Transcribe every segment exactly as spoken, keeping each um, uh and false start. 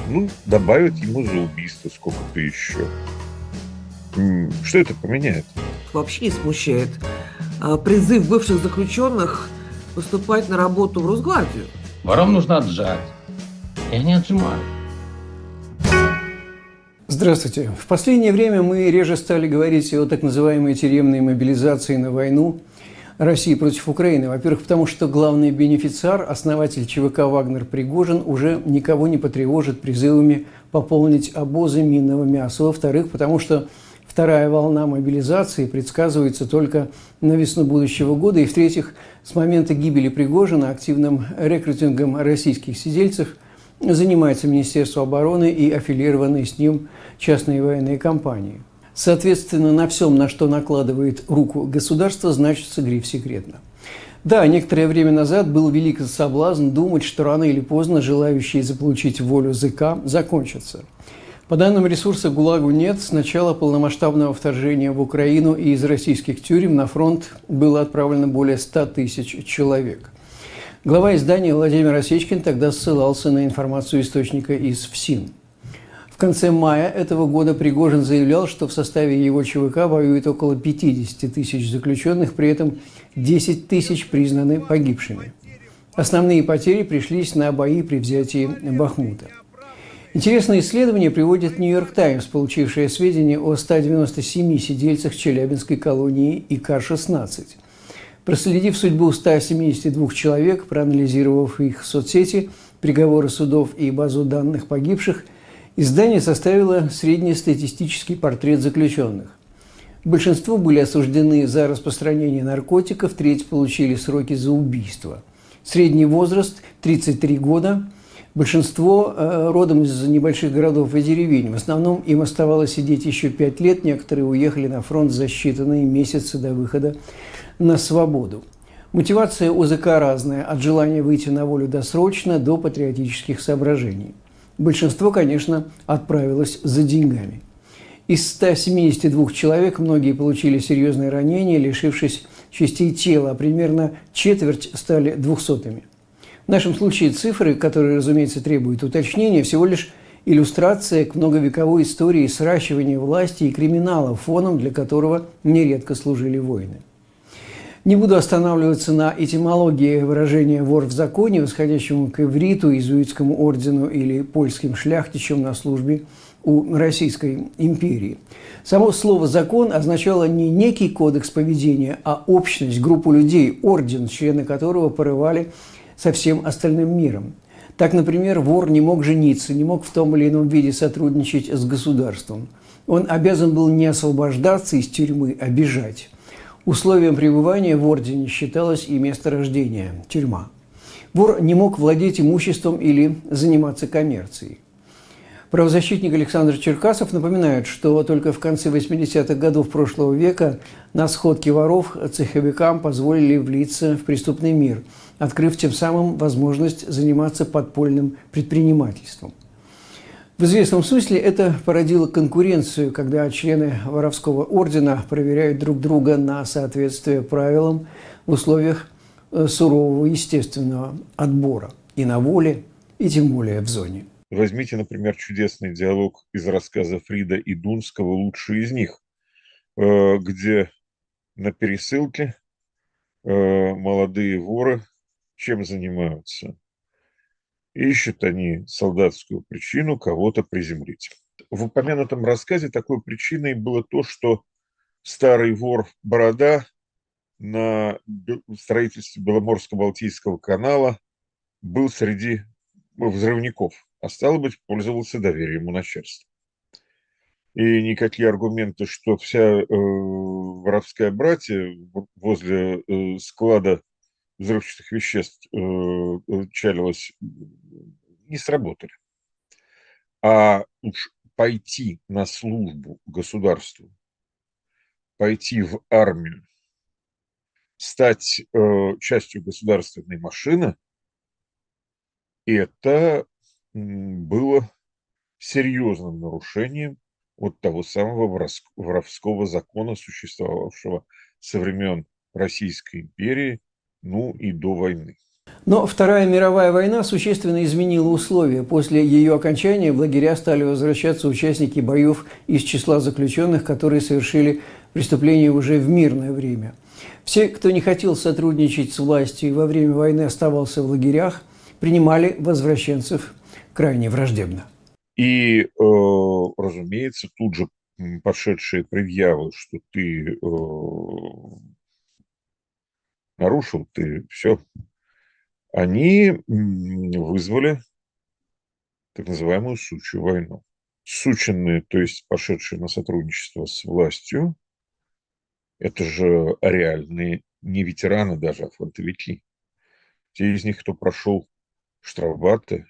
Ну, добавят ему за убийство сколько-то еще. Что это поменяет? Вообще не смущает а, призыв бывших заключенных поступать на работу в Росгвардию. Ворам нужно отжать. И они отжимают. Здравствуйте. В последнее время мы реже стали говорить о так называемой тюремной мобилизации на войну России против Украины. Во-первых, потому что главный бенефициар, основатель ЧВК «Вагнер» Пригожин, уже никого не потревожит призывами пополнить обозы минного мяса. Во-вторых, потому что вторая волна мобилизации предсказывается только на весну будущего года. И в-третьих, с момента гибели Пригожина активным рекрутингом российских сидельцев занимается Министерство обороны и аффилированные с ним частные военные компании. Соответственно, на всем, на что накладывает руку государство, значится гриф «секретно». Да, некоторое время назад был великий соблазн думать, что рано или поздно желающие заполучить волю ЗК закончатся. По данным ресурса «ГУЛАГу нет», с начала полномасштабного вторжения в Украину и из российских тюрем на фронт было отправлено более ста тысяч человек. Глава издания Владимир Осечкин тогда ссылался на информацию источника из ФСИН. В конце мая этого года Пригожин заявлял, что в составе его ЧВК воюет около пятидесяти тысяч заключенных, при этом десять тысяч признаны погибшими. Основные потери пришлись на бои при взятии Бахмута. Интересное исследование приводит «Нью-Йорк Таймс», получившее сведения о ста девяноста семи сидельцах Челябинской колонии И К шестнадцать. Проследив судьбу ста семидесяти двух человек, проанализировав их соцсети, приговоры судов и базу данных погибших, издание составило среднестатистический портрет заключенных. Большинство были осуждены за распространение наркотиков, треть получили сроки за убийство. Средний возраст – тридцать три года. Большинство э, родом из небольших городов и деревень. В основном им оставалось сидеть еще пять лет, некоторые уехали на фронт за считанные месяцы до выхода на свободу. Мотивация у ЗК разная, от желания выйти на волю досрочно до патриотических соображений. Большинство, конечно, отправилось за деньгами. Из ста семидесяти двух человек многие получили серьезные ранения, лишившись частей тела, а примерно четверть стали двухсотыми. В нашем случае цифры, которые, разумеется, требуют уточнения, всего лишь иллюстрация к многовековой истории сращивания власти и криминала, фоном для которого нередко служили войны. Не буду останавливаться на этимологии выражения «вор в законе», восходящему к ивриту, иезуитскому ордену или польским шляхтичам на службе у Российской империи. Само слово «закон» означало не некий кодекс поведения, а общность, группу людей, орден, члены которого порывали со всем остальным миром. Так, например, вор не мог жениться, не мог в том или ином виде сотрудничать с государством. Он обязан был не освобождаться из тюрьмы, а бежать. Условием пребывания в ордене считалось и место рождения – тюрьма. Вор не мог владеть имуществом или заниматься коммерцией. Правозащитник Александр Черкасов напоминает, что только в конце восьмидесятых годов прошлого века на сходке воров цеховикам позволили влиться в преступный мир, открыв тем самым возможность заниматься подпольным предпринимательством. В известном смысле это породило конкуренцию, когда члены воровского ордена проверяют друг друга на соответствие правилам в условиях сурового естественного отбора и на воле, и тем более в зоне. Возьмите, например, чудесный диалог из рассказа Фрида и Дунского «Лучший из них», где на пересылке молодые воры чем занимаются? Ищут они солдатскую причину кого-то приземлить. В упомянутом рассказе такой причиной было то, что старый вор Борода на строительстве Беломорско-Балтийского канала был среди взрывников, а стало быть, пользовался доверием у начальства. И никакие аргументы, что вся э, воровская братья возле э, склада взрывчатых веществ э, чалилась, не сработали. А уж пойти на службу государству, пойти в армию, стать э, частью государственной машины, это было серьезным нарушением вот того самого воровского закона, существовавшего со времен Российской империи, ну и до войны. Но Вторая мировая война существенно изменила условия. После ее окончания в лагеря стали возвращаться участники боев из числа заключенных, которые совершили преступления уже в мирное время. Все, кто не хотел сотрудничать с властью и во время войны оставался в лагерях, принимали возвращенцев крайне враждебно. И, э, разумеется, тут же пошедшие предъявы, что ты э, нарушил, ты все, они вызвали так называемую сучью войну. Сученные, то есть пошедшие на сотрудничество с властью, это же реальные не ветераны даже, а фронтовики. Те из них, кто прошел штрафбаты,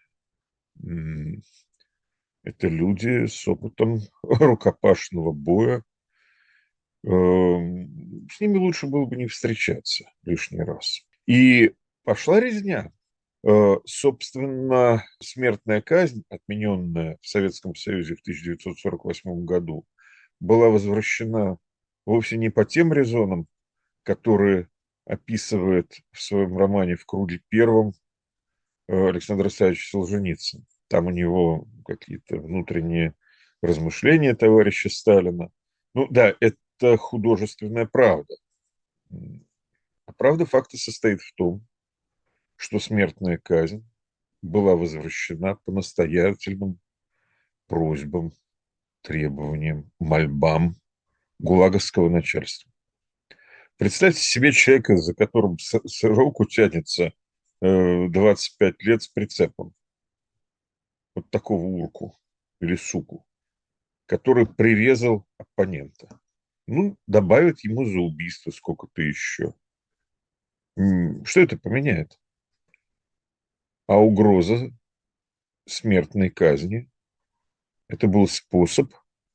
это люди с опытом рукопашного боя. С ними лучше было бы не встречаться лишний раз. И пошла резня. Собственно, смертная казнь, отмененная в Советском Союзе в тысяча девятьсот сорок восьмом году, была возвращена вовсе не по тем резонам, которые описывает в своем романе «В круге первом» Александр Исаевич Солженицын. Там у него какие-то внутренние размышления товарища Сталина. Ну да, это художественная правда. А правда факта состоит в том, что смертная казнь была возвращена по настоятельным просьбам, требованиям, мольбам гулаговского начальства. Представьте себе человека, за которым срок тянется двадцать пять лет с прицепом. Вот такого урку или суку, который прирезал оппонента. Ну, добавят ему за убийство сколько-то еще. Что это поменяет? А угроза смертной казни – это был способ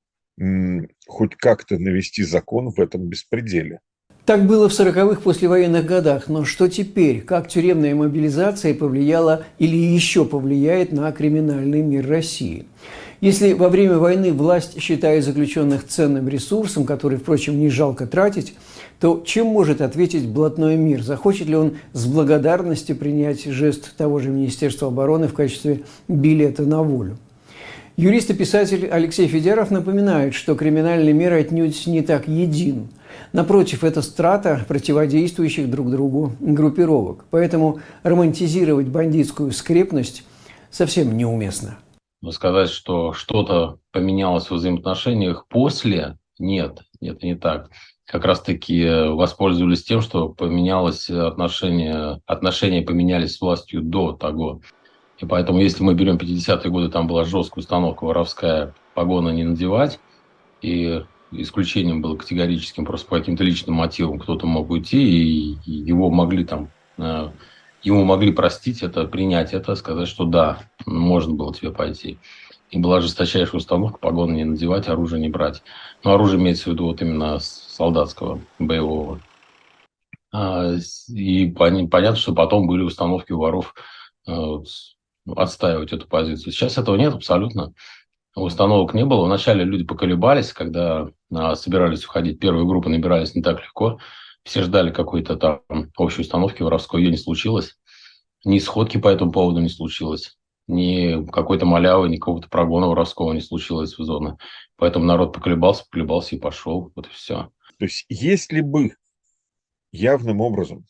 хоть как-то навести закон в этом беспределе. Так было в сороковых послевоенных годах, но что теперь? Как тюремная мобилизация повлияла или еще повлияет на криминальный мир России? Если во время войны власть считает заключенных ценным ресурсом, который, впрочем, не жалко тратить, то чем может ответить блатной мир? Захочет ли он с благодарностью принять жест того же Министерства обороны в качестве билета на волю? Юрист и писатель Алексей Федяров напоминает, что криминальный мир отнюдь не так един. Напротив, это страта противодействующих друг другу группировок. Поэтому романтизировать бандитскую скрепность совсем неуместно. Но сказать, что что-то поменялось в взаимоотношениях после, нет, нет, не так. Как раз-таки воспользовались тем, что поменялось отношение, отношения поменялись с властью до того. И поэтому, если мы берем пятидесятые годы, там была жесткая установка воровская, погона не надевать, и исключением было категорическим, просто по каким-то личным мотивам кто-то мог уйти, и его могли там, ему могли простить это, принять это, сказать, что да, можно было тебе пойти. И была жесточайшая установка, погоны не надевать, оружие не брать. Но оружие имеется в виду вот именно солдатского, боевого. И понятно, что потом были установки у воров отстаивать эту позицию. Сейчас этого нет абсолютно. Установок не было. Вначале люди поколебались, когда а, собирались уходить. Первые группы набирались не так легко. Все ждали какой-то там общей установки воровской. Ее не случилось. Ни сходки по этому поводу не случилось. Ни какой-то малявы, ни какого-то прогона воровского не случилось в зоне. Поэтому народ поколебался, поколебался и пошел. Вот и все. То есть, если бы явным образом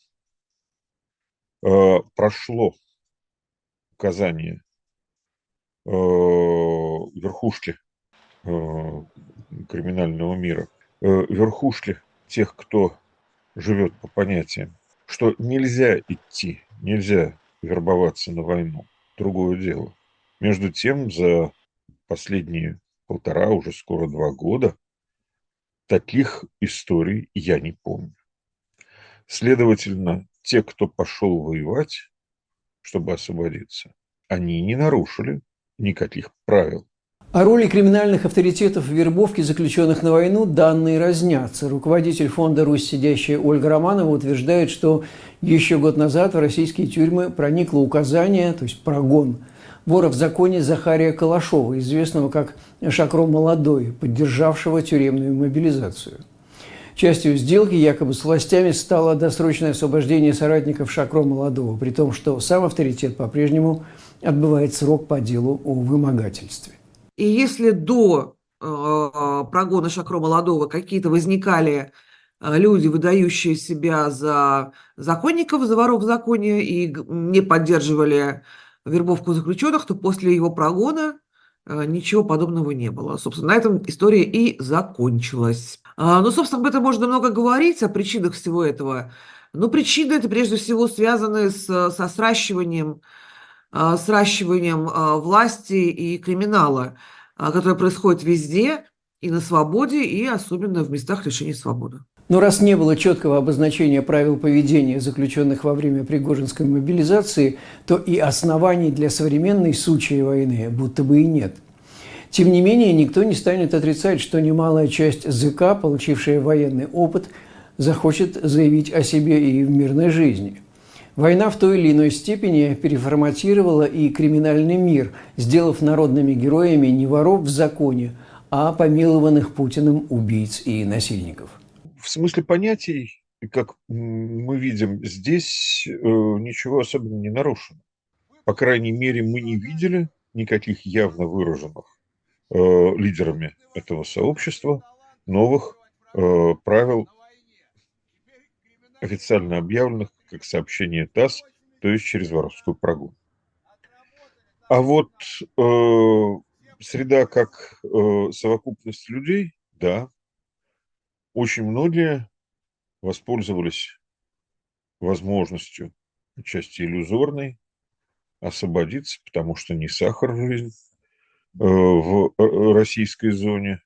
э, прошло указание э, верхушки э, криминального мира, э, верхушки тех, кто живет по понятиям, что нельзя идти, нельзя вербоваться на войну. Другое дело. Между тем, за последние полтора, уже скоро два года, таких историй я не помню. Следовательно, те, кто пошел воевать, чтобы освободиться, они не нарушили никаких правил. О роли криминальных авторитетов в вербовке заключенных на войну данные разнятся. Руководитель фонда «Русь сидящая» Ольга Романова утверждает, что еще год назад в российские тюрьмы проникло указание, то есть прогон, вора в законе Захария Калашова, известного как Шакро Молодой, поддержавшего тюремную мобилизацию. Частью сделки якобы с властями стало досрочное освобождение соратников Шакро Молодого, при том, что сам авторитет по-прежнему отбывает срок по делу о вымогательстве. И если до э, прогона Шакро Молодого какие-то возникали э, люди, выдающие себя за законников, за воров в законе, и г- не поддерживали вербовку заключенных, то после его прогона э, ничего подобного не было. Собственно, на этом история и закончилась. А, ну, собственно, об этом можно много говорить, о причинах всего этого. Но причины это прежде всего связаны с, со сращиванием а, сращиванием а, власти и криминала, а, которое происходит везде, и на свободе, и особенно в местах лишения свободы. Но раз не было четкого обозначения правил поведения заключенных во время Пригожинской мобилизации, то и оснований для современной сучьей войны будто бы и нет. Тем не менее, никто не станет отрицать, что немалая часть ЗК, получившая военный опыт, захочет заявить о себе и в мирной жизни. Война в той или иной степени переформатировала и криминальный мир, сделав народными героями не воров в законе, а помилованных Путиным убийц и насильников. В смысле понятий, как мы видим, здесь э, ничего особенно не нарушено. По крайней мере, мы не видели никаких явно выраженных э, лидерами этого сообщества новых э, правил, официально объявленных как сообщение ТАСС, то есть через воровскую прогулку. А вот э, среда как э, совокупность людей, да, очень многие воспользовались возможностью, отчасти иллюзорной, освободиться, потому что не сахар в жизнь э, в э, российской зоне.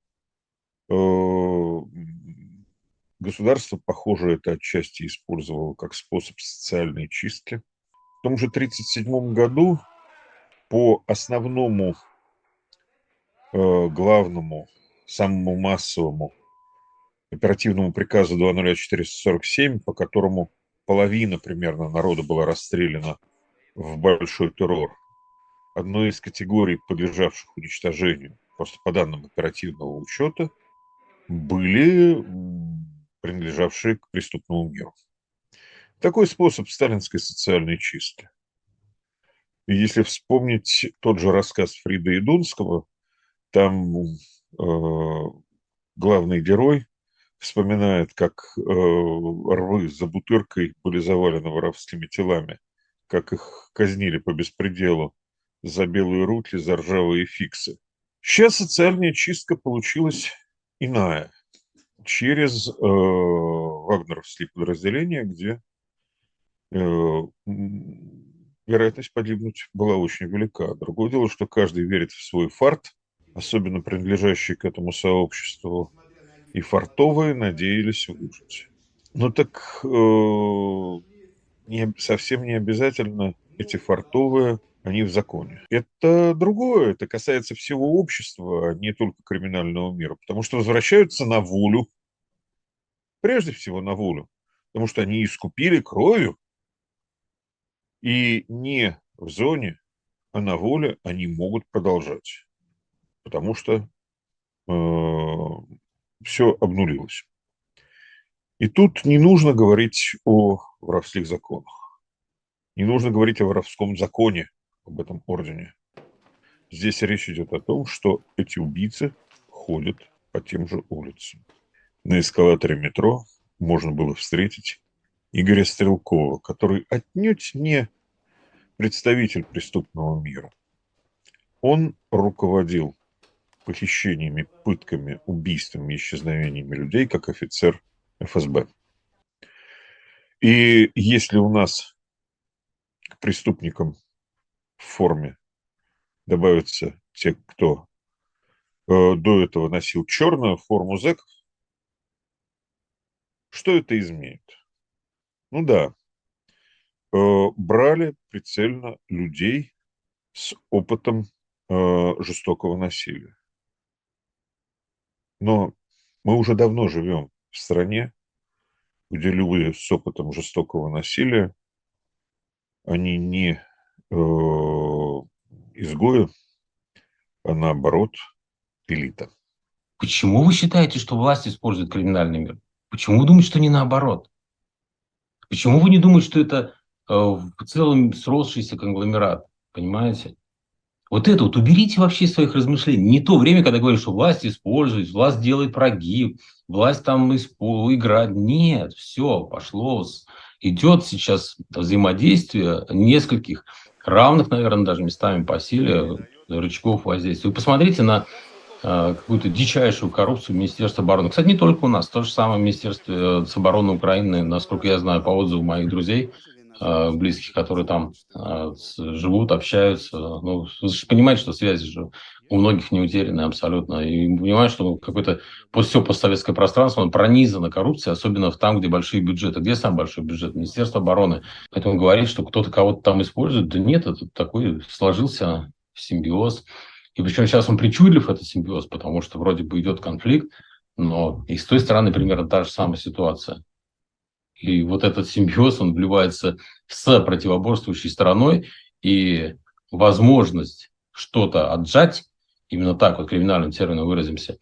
Э, Государство, похоже, это отчасти использовало как способ социальной чистки. В том же тысяча девятьсот тридцать седьмом году по основному, э, главному, самому массовому оперативному приказу два ноль четыреста сорок семь, по которому половина примерно народа была расстреляна в большой террор, одной из категорий, подлежавших уничтожению, просто по данным оперативного учета, были принадлежавшие к преступному миру. Такой способ сталинской социальной чистки. И если вспомнить тот же рассказ Фрида Идунского, там э, главный герой вспоминает, как э, рвы за Бутыркой были завалены воровскими телами, как их казнили по беспределу за белые руки, за ржавые фиксы. Сейчас социальная чистка получилась иная, через э, вагнеровские подразделения, где э, вероятность погибнуть была очень велика. Другое дело, что каждый верит в свой фарт, особенно принадлежащий к этому сообществу, и фартовые надеялись выжить. Ну так э, не, совсем не обязательно эти фартовые, они в законе. Это другое, это касается всего общества, а не только криминального мира, потому что возвращаются на волю, прежде всего на волю, потому что они искупили кровью, и не в зоне, а на воле они могут продолжать, потому что э, все обнулилось. И тут не нужно говорить о воровских законах. Не нужно говорить о воровском законе, об этом ордене. Здесь речь идет о том, что эти убийцы ходят по тем же улицам. На эскалаторе метро можно было встретить Игоря Стрелкова, который отнюдь не представитель преступного мира. Он руководил похищениями, пытками, убийствами, исчезновениями людей как офицер эф эс бэ. И если у нас к преступникам в форме добавятся те, кто э, до этого носил черную форму зэков, что это изменит? Ну да, э, брали прицельно людей с опытом э, жестокого насилия. Но мы уже давно живем в стране, где люди с опытом жестокого насилия, они не э, изгои, а наоборот элита. Почему вы считаете, что власть использует криминальный мир? Почему вы думаете, что не наоборот? Почему вы не думаете, что это э, в целом сросшийся конгломерат? Понимаете? Вот это вот уберите вообще из своих размышлений. Не то время, когда говорят, что власть использует, власть делает прогиб, власть там испо- играет. Нет, все, пошло. Идет сейчас взаимодействие нескольких равных, наверное, даже местами по силе рычагов воздействия. Вы посмотрите на э, какую-то дичайшую коррупцию Министерства обороны. Кстати, не только у нас. То же самое Министерство обороны Украины, насколько я знаю, по отзыву моих друзей, э, близких, которые там э, с- живут, общаются. Ну, вы же понимаете, что связи же у многих не утеряны абсолютно. И понимаете, что какое-то все постсоветское пространство оно пронизано коррупцией, особенно в там, где большие бюджеты. Где самый большой бюджет? Министерство обороны. Поэтому говорить, что кто-то кого-то там использует, да нет, это такой сложился симбиоз. И причем сейчас он причудлив, этот симбиоз, потому что вроде бы идет конфликт, но и с той стороны примерно та же самая ситуация. И вот этот симбиоз, он вливается с противоборствующей стороной, и возможность что-то отжать, именно так вот криминальным термином выразимся,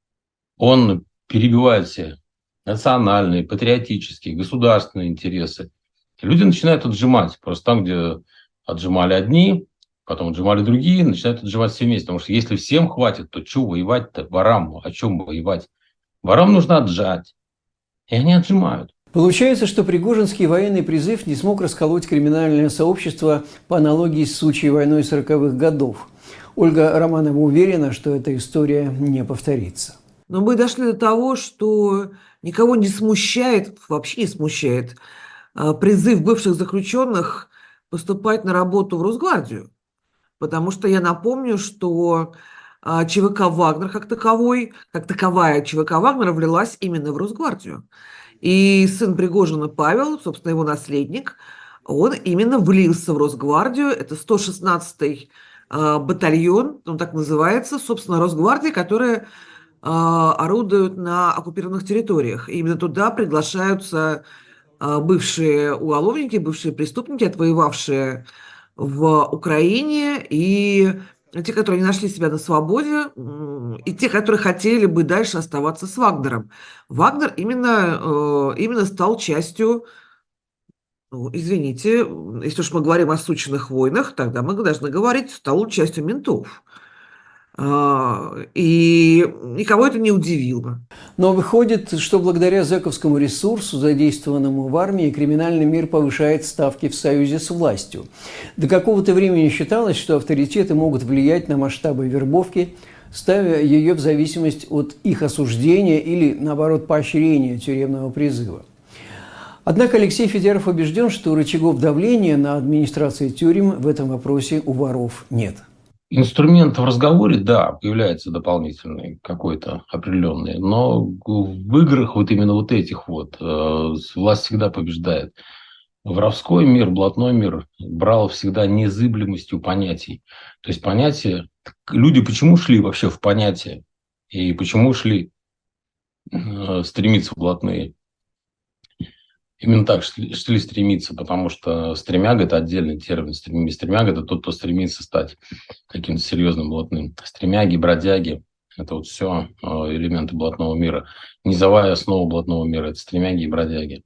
он перебивает все национальные, патриотические, государственные интересы. И люди начинают отжимать. Просто там, где отжимали одни, потом отжимали другие, начинают отжимать все вместе. Потому что если всем хватит, то что воевать-то ворам? О чем воевать? Ворам нужно отжать. И они отжимают. Получается, что Пригожинский военный призыв не смог расколоть криминальное сообщество по аналогии с сучьей войной сороковых годов. Ольга Романова уверена, что эта история не повторится. Но мы дошли до того, что никого не смущает, вообще не смущает, а, призыв бывших заключенных поступать на работу в Росгвардию. Потому что я напомню, что а, ЧВК «Вагнер» как таковой, как таковая ЧВК «Вагнера» влилась именно в Росгвардию. И сын Пригожина Павел, собственно, его наследник, он именно влился в Росгвардию. Это сто шестнадцатый а, батальон, он так называется, собственно, Росгвардия, которая а, орудуют на оккупированных территориях. И именно туда приглашаются а, бывшие уголовники, бывшие преступники, отвоевавшие в Украине, и те, которые не нашли себя на свободе, м, и те, которые хотели бы дальше оставаться с Вагнером. Вагнер именно, э, именно стал частью, ну, извините, м, если уж мы говорим о сучьих войнах, тогда мы должны говорить, стал частью ментов. А, И никого это не удивило. Но выходит, что благодаря зэковскому ресурсу, задействованному в армии, криминальный мир повышает ставки в союзе с властью. До какого-то времени считалось, что авторитеты могут влиять на масштабы вербовки, ставя ее в зависимость от их осуждения или, наоборот, поощрения тюремного призыва. Однако Алексей Федяров убежден, что рычагов давления на администрации тюрем в этом вопросе у воров нет. Инструмент в разговоре, да, появляется дополнительный какой-то определенный, но в играх вот именно вот этих вот э, власть всегда побеждает. Воровской мир, блатной мир брал всегда незыблемостью понятий. То есть понятия... Люди почему шли вообще в понятия? И почему шли э, стремиться в блатные? Именно так шли, шли стремиться, потому что стремяга – это отдельный термин. Стрем- Стремяга – это тот, кто стремится стать каким-то серьезным блатным. Стремяги, бродяги – это вот все элементы блатного мира. Низовая основа блатного мира – это стремяги и бродяги.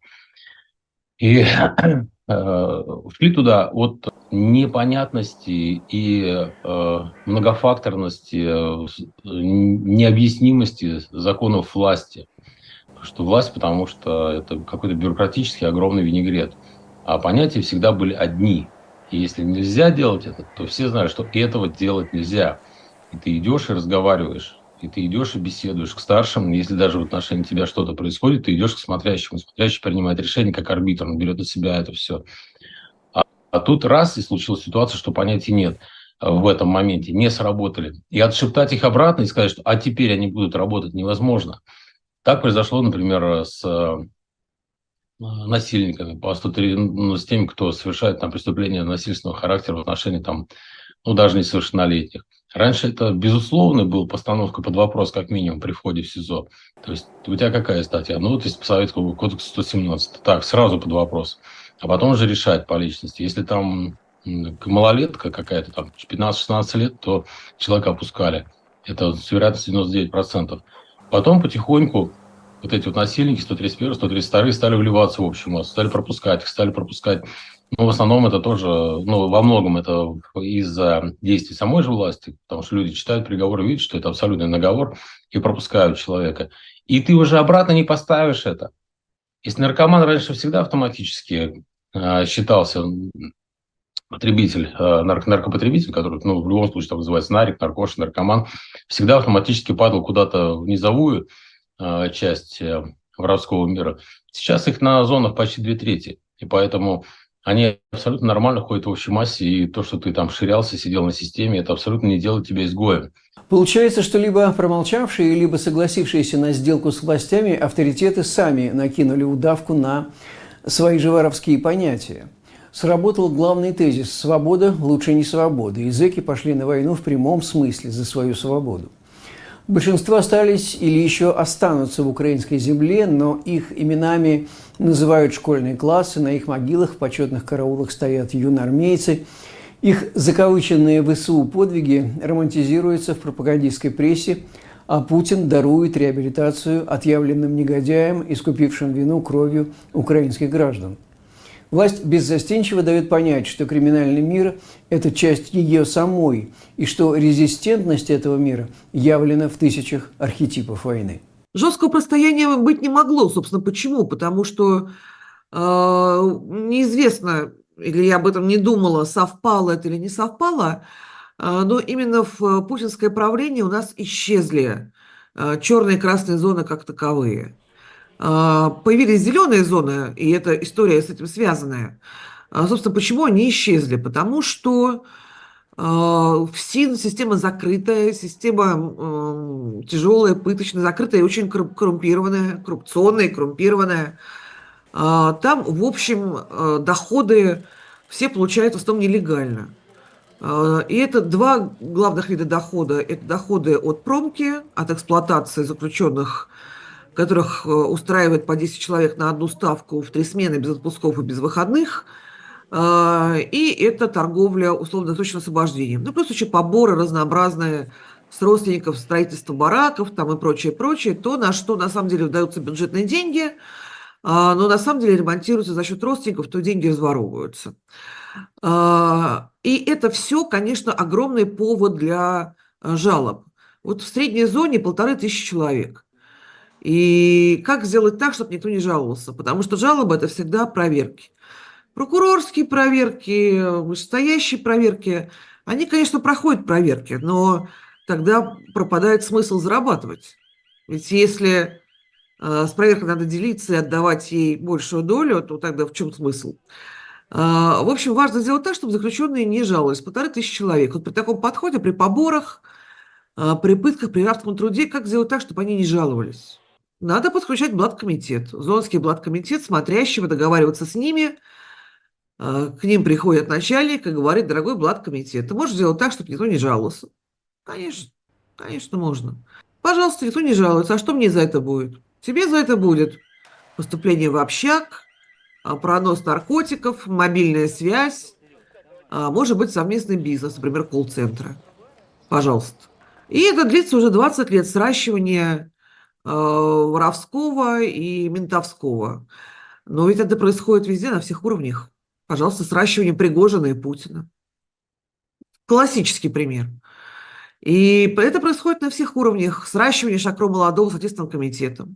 И э, шли туда от непонятности и э, многофакторности, э, необъяснимости законов власти. Что власть, потому что это какой-то бюрократический огромный винегрет. А понятия всегда были одни. И если нельзя делать это, то все знают, что этого делать нельзя. И ты идешь и разговариваешь. И ты идешь и беседуешь к старшим. Если даже в отношении тебя что-то происходит, ты идешь к смотрящему. Смотрящий принимает решение как арбитр. Он берет на себя это все. А, а тут раз, и случилась ситуация, что понятий нет в этом моменте. Не сработали. И отшептать их обратно и сказать, что а теперь они будут работать, невозможно. Так произошло, например, с насильниками, по сто три, ну, с теми, кто совершает там преступления насильственного характера в отношении там, ну, даже несовершеннолетних. Раньше это, безусловно, была постановка под вопрос, как минимум, при входе в СИЗО. То есть у тебя какая статья? Ну, вот из Советского кодекса сто семнадцать. Так, сразу под вопрос. А потом уже решать по личности. Если там малолетка какая-то, там пятнадцать-шестнадцать лет, то человека опускали. Это с вероятностью девяносто девять процентов. Потом потихоньку вот эти вот насильники сто тридцать первые, сто тридцать вторые стали вливаться в общую массу, стали пропускать их, стали пропускать. Но в основном это тоже, ну, во многом это из-за действий самой же власти, потому что люди читают приговор и видят, что это абсолютный наговор, и пропускают человека. И ты уже обратно не поставишь это. Если наркоман раньше всегда автоматически э, считался потребитель, э, нарк, наркопотребитель, который, ну, в любом случае там называется нарик, наркош, наркоман, всегда автоматически падал куда-то в низовую э, часть э, воровского мира. Сейчас их на зонах почти две трети, и поэтому они абсолютно нормально ходят в общей массе, и то, что ты там ширялся, сидел на системе, это абсолютно не делает тебя изгоем. Получается, что либо промолчавшие, либо согласившиеся на сделку с властями авторитеты сами накинули удавку на свои же воровские понятия. Сработал главный тезис «свобода лучше не свободы», и зэки пошли на войну в прямом смысле за свою свободу. Большинство остались или еще останутся в украинской земле, но их именами называют школьные классы, на их могилах в почетных караулах стоят юноармейцы. Их закавыченные ВСУ подвиги романтизируются в пропагандистской прессе, а Путин дарует реабилитацию отъявленным негодяям, искупившим вину кровью украинских граждан. Власть беззастенчиво дает понять, что криминальный мир – это часть ее самой, и что резистентность этого мира явлена в тысячах архетипов войны. Жесткого противостояния быть не могло, собственно, почему? Потому что э, неизвестно, или я об этом не думала, совпало это или не совпало, э, но именно в путинское правление у нас исчезли э, черные и красные зоны как таковые. Появились зеленые зоны, и эта история с этим связанная. Собственно, почему они исчезли? Потому что ФСИН система закрытая, система тяжелая, пыточная, закрытая и очень коррумпированная, коррупционная и коррумпированная. Там, в общем, доходы все получают в основном нелегально. И это два главных вида дохода. Это доходы от промки, от эксплуатации заключенных, которых устраивает по десять человек на одну ставку в три смены, без отпусков и без выходных. И это торговля условно-досрочным освобождением. Ну, плюс еще поборы разнообразные с родственников, строительство бараков там и прочее, прочее. То, на что на самом деле выдаются бюджетные деньги, но на самом деле ремонтируются за счет родственников, то деньги разворовываются. И это все, конечно, огромный повод для жалоб. Вот в средней зоне полторы тысячи человек. И как сделать так, чтобы никто не жаловался? Потому что жалобы – это всегда проверки. Прокурорские проверки, вышестоящие проверки, они, конечно, проходят проверки, но тогда пропадает смысл зарабатывать. Ведь если э, с проверкой надо делиться и отдавать ей большую долю, то тогда в чем смысл? Э, в общем, важно сделать так, чтобы заключенные не жаловались. Полторы тысячи человек. Вот при таком подходе, при поборах, э, при пытках, при рабском труде, как сделать так, чтобы они не жаловались? Надо подключать блаткомитет, зонский блаткомитет, смотрящего, договариваться с ними. К ним приходит начальник и говорит: дорогой блаткомитет, ты можешь сделать так, чтобы никто не жаловался? Конечно, конечно, можно. Пожалуйста, никто не жалуется. А что мне за это будет? Тебе за это будет поступление в общак, пронос наркотиков, мобильная связь, может быть, совместный бизнес, например, колл-центра. Пожалуйста. И это длится уже двадцать лет сращивания воровского и ментовского. Но ведь это происходит везде, на всех уровнях. Пожалуйста, сращивание Пригожина и Путина. Классический пример. И это происходит на всех уровнях. Сращивание Шакро Молодого с Следственным комитетом.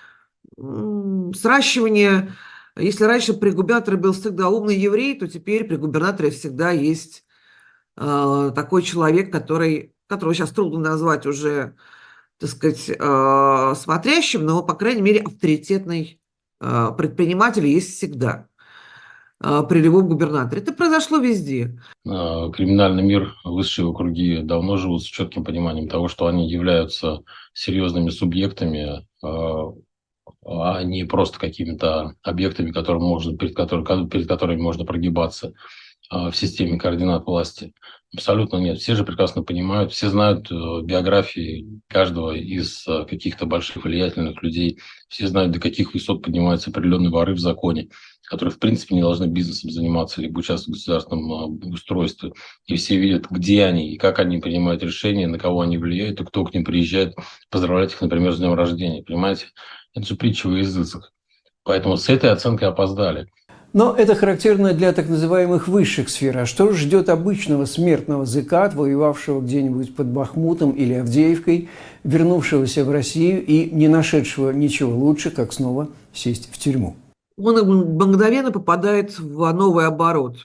Сращивание, если раньше при губернаторе был всегда умный еврей, то теперь при губернаторе всегда есть э, такой человек, который, которого сейчас трудно назвать уже, так сказать, э, смотрящим, но, по крайней мере, авторитетный э, предприниматель есть всегда э, при любом губернаторе. Это произошло везде. Криминальный мир, высшие его круги давно живут с четким пониманием того, что они являются серьезными субъектами, а не просто какими-то объектами, которым можно, перед, которыми, перед которыми можно прогибаться. в системе координат власти? Абсолютно нет. Все же прекрасно понимают, все знают биографии каждого из каких-то больших влиятельных людей, все знают, до каких высот поднимаются определенные воры в законе, которые, в принципе, не должны бизнесом заниматься, либо участвовать в государственном устройстве. И все видят, где они, и как они принимают решения, на кого они влияют, и кто к ним приезжает поздравлять их, например, с днем рождения. Понимаете? Это же притча во языцах. Поэтому с этой оценкой опоздали. Но это характерно для так называемых высших сфер. А что же ждет обычного смертного зэка, воевавшего где-нибудь под Бахмутом или Авдеевкой, вернувшегося в Россию и не нашедшего ничего лучше, как снова сесть в тюрьму? Он мгновенно попадает в новый оборот.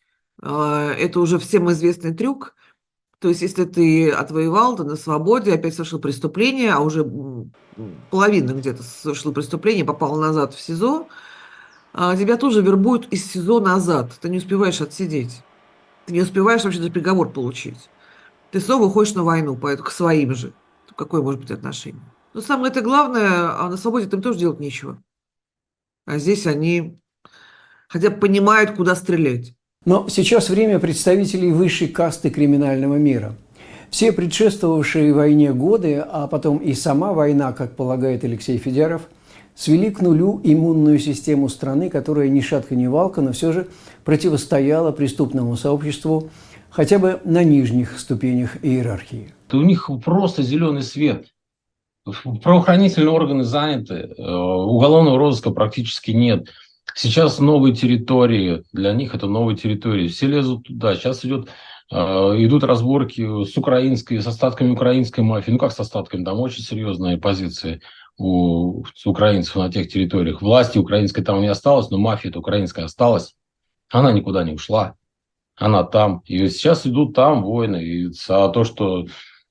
Это уже всем известный трюк. То есть, если ты отвоевал, ты на свободе, опять совершил преступление, а уже половина где-то совершил преступление, попал назад в СИЗО, тебя тоже вербуют из СИЗО назад. Ты не успеваешь отсидеть. Ты не успеваешь вообще даже приговор получить. Ты снова уходишь на войну, поэтому к своим же. Какое может быть отношение? Но самое это главное, а на свободе им тоже делать нечего. А здесь они хотя бы понимают, куда стрелять. Но сейчас время представителей высшей касты криминального мира. Все предшествовавшие войне годы, а потом и сама война, как полагает Алексей Федяров, свели к нулю иммунную систему страны, которая ни шатка ни валка, но все же противостояла преступному сообществу хотя бы на нижних ступенях иерархии. У них просто зеленый свет. Правоохранительные органы заняты, уголовного розыска практически нет. Сейчас новые территории, для них это новые территории. Все лезут туда. Сейчас идет, идут разборки с украинской, с остатками украинской мафии. Ну как с остатками? Там очень серьезные позиции у украинцев на тех территориях. Власти украинской там не осталось, но мафия-то украинская осталась. Она никуда не ушла. Она там. И сейчас идут там войны. И а то, что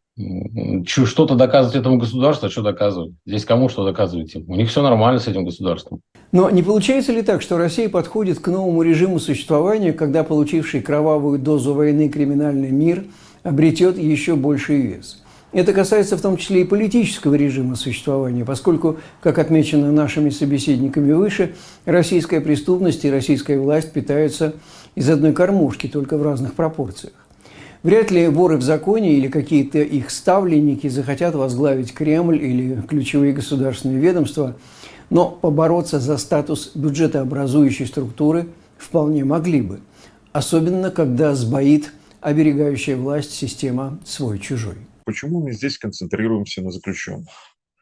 что-то доказывать этому государству, а что доказывать? Здесь кому что доказывать? У них все нормально с этим государством. Но не получается ли так, что Россия подходит к новому режиму существования, когда получивший кровавую дозу войны криминальный мир обретет еще больший вес? Это касается в том числе и политического режима существования, поскольку, как отмечено нашими собеседниками выше, российская преступность и российская власть питаются из одной кормушки, только в разных пропорциях. Вряд ли воры в законе или какие-то их ставленники захотят возглавить Кремль или ключевые государственные ведомства, но побороться за статус бюджетообразующей структуры вполне могли бы, особенно когда сбоит оберегающая власть система свой-чужой. Почему мы здесь концентрируемся на заключенных?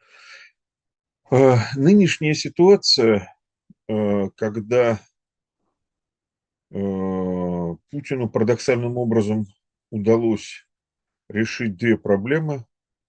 Нынешняя ситуация, когда Путину парадоксальным образом удалось решить две проблемы,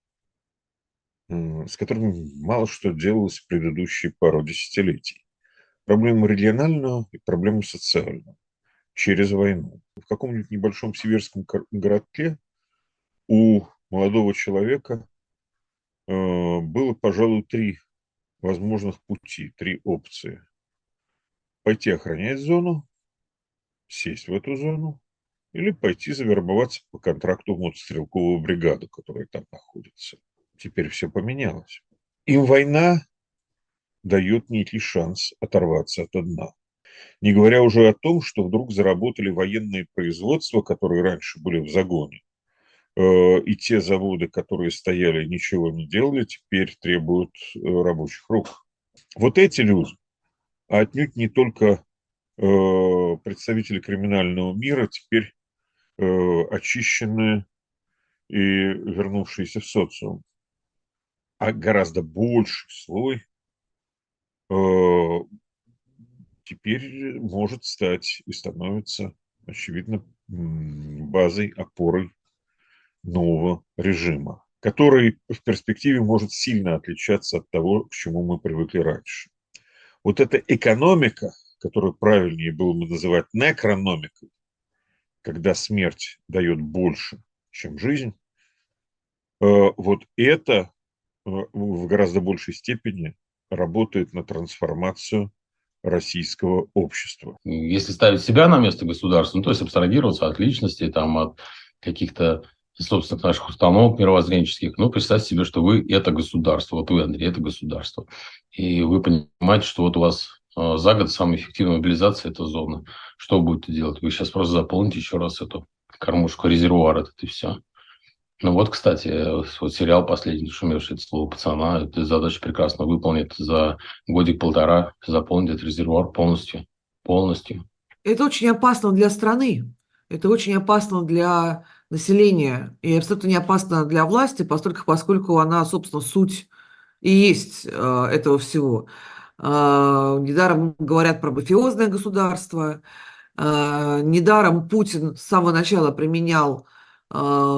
с которыми мало что делалось в предыдущие пару десятилетий. Проблему региональную и проблему социальную через войну. В каком-нибудь небольшом сибирском городке у молодого человека было, пожалуй, три возможных пути, три опции. Пойти охранять зону, сесть в эту зону, или пойти завербоваться по контракту в мотострелковую бригаду, которая там находится. Теперь все поменялось. Им война дает некий шанс оторваться от дна. Не говоря уже о том, что вдруг заработали военные производства, которые раньше были в загоне. И те заводы, которые стояли и ничего не делали, теперь требуют рабочих рук. Вот эти люди, а отнюдь не только представители криминального мира, теперь очищенные и вернувшиеся в социум. А гораздо больший слой теперь может стать и становится, очевидно, базой, опорой нового режима, который в перспективе может сильно отличаться от того, к чему мы привыкли раньше. Вот эта экономика, которую правильнее было бы называть некрономикой, когда смерть дает больше, чем жизнь, вот это в гораздо большей степени работает на трансформацию российского общества. Если ставить себя на место государства, ну, то есть абстрагироваться от личности, там, от каких-то собственных наших установок мировоззренческих, ну, представьте себе, что вы – это государство, вот вы, Андрей, это государство. И вы понимаете, что вот у вас э, за год самая эффективная мобилизация – это зона. Что вы будете делать? Вы сейчас просто заполните еще раз эту кормушку, резервуар этот, и все. Ну вот, кстати, вот сериал «Последний нашумевший», это слово пацана, эта задача прекрасно выполнит за годик-полтора, заполнит этот резервуар полностью. Полностью. Это очень опасно для страны, это очень опасно для населения и абсолютно не опасно для власти, поскольку, поскольку она, собственно, суть и есть э, этого всего. Э, недаром говорят про мафиозное государство, э, недаром Путин с самого начала применял э,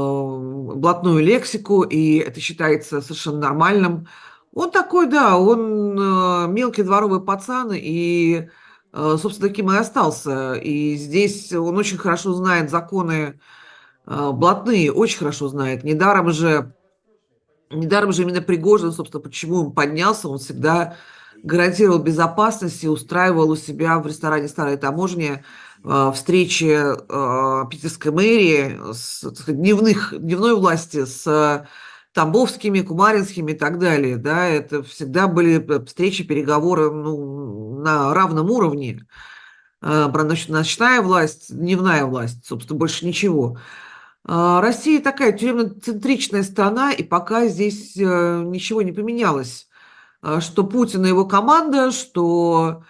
блатную лексику, и это считается совершенно нормальным. Он такой, да, он э, мелкий дворовый пацан, и, э, собственно, таким и остался. И здесь он очень хорошо знает законы э, блатные, очень хорошо знает. Недаром же Недаром же именно Пригожин, собственно, почему он поднялся, он всегда гарантировал безопасность и устраивал у себя в ресторане «Старая таможня» э, встречи э, питерской мэрии, с, так сказать, дневных, дневной власти с тамбовскими, кумаринскими и так далее. Да, это всегда были э, встречи, переговоры, ну, на равном уровне. Э, про ноч- Ночная власть, дневная власть, собственно, больше ничего. А, Россия такая тюремно-центричная страна, и пока здесь э, ничего не поменялось. А, Что Путин и его команда, что,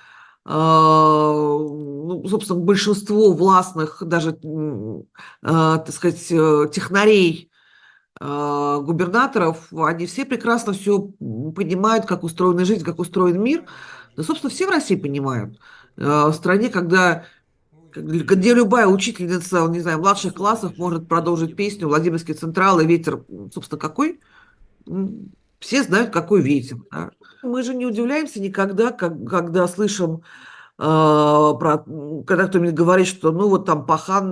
а, ну, собственно, большинство властных, даже, м, а, так сказать, э, технарей, а, губернаторов, они все прекрасно все понимают, как устроена жизнь, как устроен мир. Да, собственно, все в России понимают. А, В стране, когда как- где любая учительница, не знаю, в младших классах может продолжить песню «Владимирский Централ» и «Ветер», собственно, какой? М, Все знают, какой ветер. Да. Мы же не удивляемся никогда, как- когда слышим, а, про, м, когда кто-нибудь говорит, что ну вот там Пахан,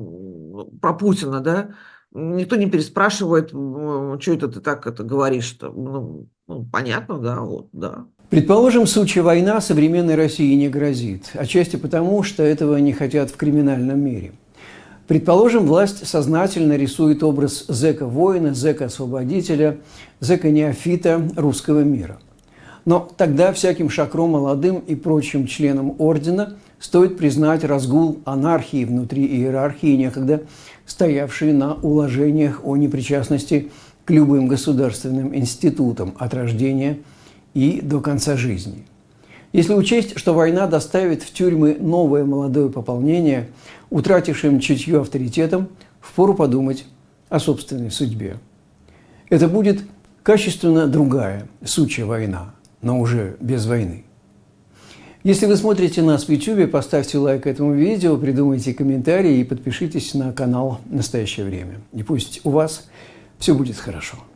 м, про Путина, да, никто не переспрашивает, что это ты так это говоришь, что, ну, ну, понятно, да, вот, да. Предположим, сучья война современной России не грозит, отчасти потому, что этого не хотят в криминальном мире. Предположим, власть сознательно рисует образ зэка-воина, зэка-освободителя, зэка-неофита русского мира. Но тогда всяким шакро молодым и прочим членам ордена стоит признать разгул анархии внутри иерархии, некогда стоявшей на уложениях о непричастности к любым государственным институтам от рождения и до конца жизни. Если учесть, что война доставит в тюрьмы новое молодое пополнение, утратившим чутье авторитетом, впору подумать о собственной судьбе. Это будет качественно другая сучья война, но уже без войны. Если вы смотрите нас в ютубе, поставьте лайк этому видео, придумайте комментарии и подпишитесь на канал «Настоящее время». И пусть у вас все будет хорошо.